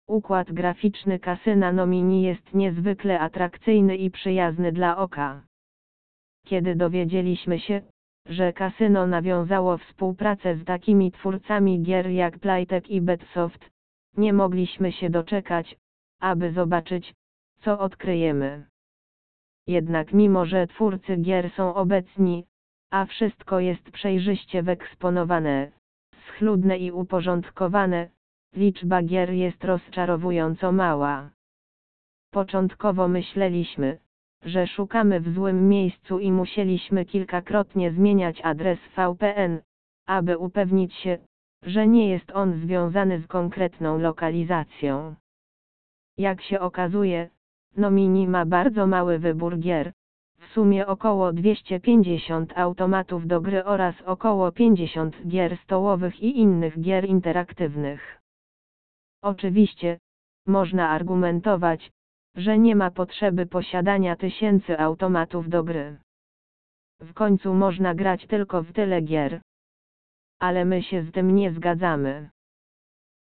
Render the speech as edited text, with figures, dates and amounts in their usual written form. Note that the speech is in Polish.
Układ graficzny kasyna Nomini jest niezwykle atrakcyjny i przyjazny dla oka. Kiedy dowiedzieliśmy się, że kasyno nawiązało współpracę z takimi twórcami gier jak Playtech i Betsoft, nie mogliśmy się doczekać, aby zobaczyć, co odkryjemy. Jednak mimo że twórcy gier są obecni, a wszystko jest przejrzyście wyeksponowane, schludne i uporządkowane, liczba gier jest rozczarowująco mała. Początkowo myśleliśmy, że szukamy w złym miejscu i musieliśmy kilkakrotnie zmieniać adres VPN, aby upewnić się, że nie jest on związany z konkretną lokalizacją. Jak się okazuje, Nomini ma bardzo mały wybór gier, w sumie około 250 automatów do gry oraz około 50 gier stołowych i innych gier interaktywnych. Oczywiście, można argumentować, że nie ma potrzeby posiadania tysięcy automatów do gry. W końcu można grać tylko w tyle gier. Ale my się z tym nie zgadzamy.